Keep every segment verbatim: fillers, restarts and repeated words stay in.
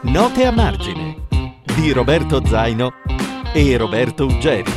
Note a margine di Roberto Zaino e Roberto Uggeri.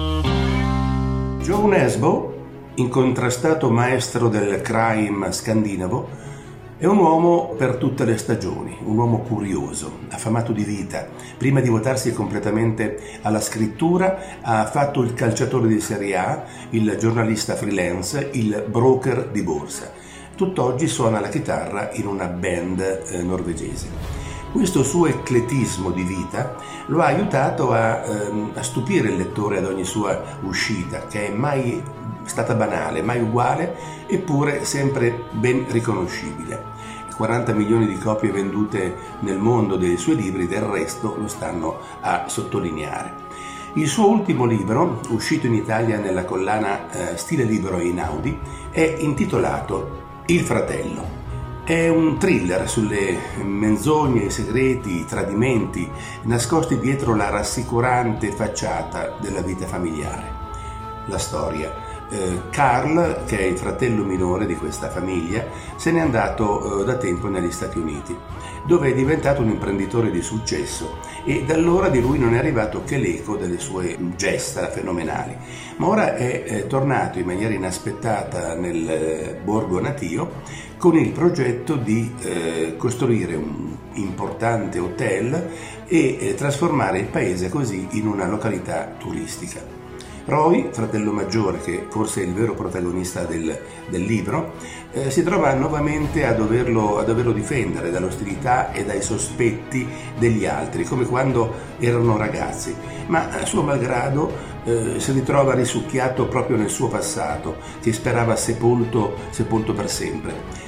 Joe Nesbo, incontrastato maestro del crime scandinavo, è un uomo per tutte le stagioni, un uomo curioso, affamato di vita. Prima di votarsi completamente alla scrittura, ha fatto il calciatore di Serie A, il giornalista freelance, il broker di borsa. Tutt'oggi suona la chitarra in una band eh, norvegese. Questo suo ecletismo di vita lo ha aiutato a, ehm, a stupire il lettore ad ogni sua uscita, che è mai stata banale, mai uguale, eppure sempre ben riconoscibile. quaranta milioni di copie vendute nel mondo dei suoi libri, del resto, lo stanno a sottolineare. Il suo ultimo libro, uscito in Italia nella collana eh, Stile Libero e Einaudi, è intitolato Il fratello. È un thriller sulle menzogne, i segreti, i tradimenti nascosti dietro la rassicurante facciata della vita familiare. La storia. Eh, Carl, che è il fratello minore di questa famiglia, se n'è andato eh, da tempo negli Stati Uniti, dove è diventato un imprenditore di successo, e da allora di lui non è arrivato che l'eco delle sue gesta fenomenali. Ma ora è eh, tornato in maniera inaspettata nel eh, borgo natio con il progetto di eh, costruire un importante hotel e eh, trasformare il paese così in una località turistica. Roy, fratello maggiore, che forse è il vero protagonista del, del libro, eh, si trova nuovamente a doverlo, a doverlo difendere dall'ostilità e dai sospetti degli altri, come quando erano ragazzi, ma a suo malgrado eh, si ritrova risucchiato proprio nel suo passato, che sperava sepolto, sepolto per sempre,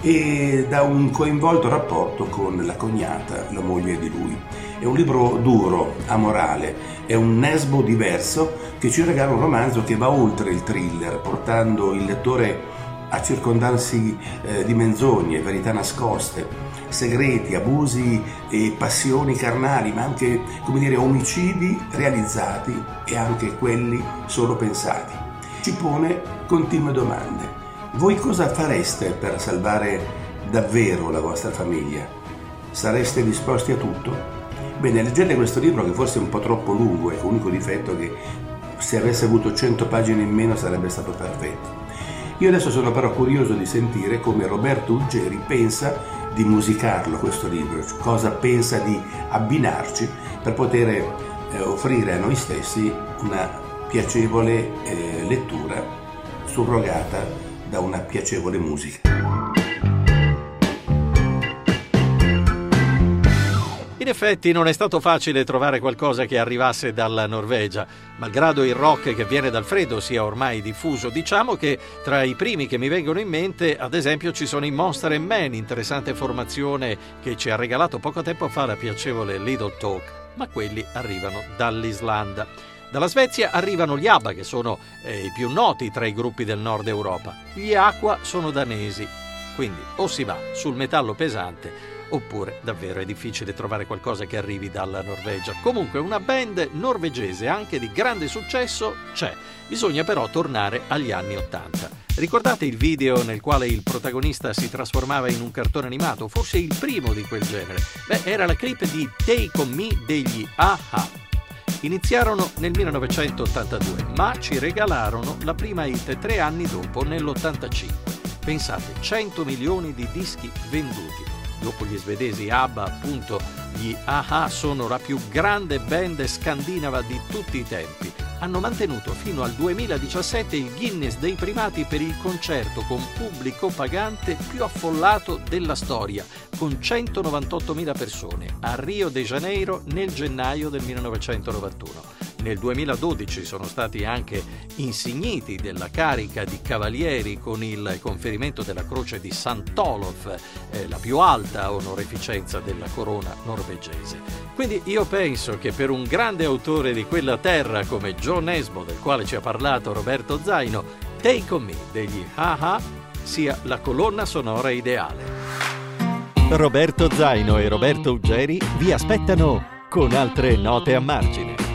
e da un coinvolto rapporto con la cognata, la moglie di lui. È un libro duro, amorale, è un Nesbo diverso che ci regala un romanzo che va oltre il thriller, portando il lettore a circondarsi eh, di menzogne, verità nascoste, segreti, abusi e passioni carnali, ma anche, come dire, omicidi realizzati e anche quelli solo pensati. Ci pone continue domande. Voi cosa fareste per salvare davvero la vostra famiglia? Sareste disposti a tutto? Bene, leggete questo libro, che forse è un po' troppo lungo, ecco, l'unico difetto è che se avesse avuto cento pagine in meno sarebbe stato perfetto. Io adesso sono però curioso di sentire come Roberto Uggeri pensa di musicarlo questo libro, cosa pensa di abbinarci per poter eh, offrire a noi stessi una piacevole eh, lettura surrogata da una piacevole musica. In effetti non è stato facile trovare qualcosa che arrivasse dalla Norvegia. Malgrado il rock che viene dal freddo sia ormai diffuso, diciamo che tra i primi che mi vengono in mente, ad esempio, ci sono i Monster and Men, interessante formazione che ci ha regalato poco tempo fa la piacevole Little Talk, ma quelli arrivano dall'Islanda. Dalla Svezia arrivano gli ABBA, che sono eh, i più noti tra i gruppi del nord Europa. Gli Aqua sono danesi, quindi o si va sul metallo pesante oppure davvero è difficile trovare qualcosa che arrivi dalla Norvegia. Comunque una band norvegese anche di grande successo c'è, bisogna però tornare agli anni Ottanta. Ricordate il video nel quale il protagonista si trasformava in un cartone animato, forse il primo di quel genere? Beh, era la clip di Take On Me degli A-ha. Iniziarono nel millenovecentottantadue, ma ci regalarono la prima hit tre anni dopo, nell'ottantacinque. Pensate, cento milioni di dischi venduti. Dopo gli svedesi ABBA, appunto, gli A-ha sono la più grande band scandinava di tutti i tempi. Hanno mantenuto fino al duemiladiciassette il Guinness dei primati per il concerto con pubblico pagante più affollato della storia, con centonovantottomila persone, a Rio de Janeiro nel gennaio del millenovecentonovantuno. Nel duemiladodici sono stati anche insigniti della carica di cavalieri con il conferimento della croce di Sant'Olof, eh, la più alta onorificenza della corona norvegese. Quindi io penso che per un grande autore di quella terra come Joe Nesbo, del quale ci ha parlato Roberto Zaino, Take On Me degli A-ha sia la colonna sonora ideale. Roberto Zaino e Roberto Uggeri vi aspettano con altre note a margine.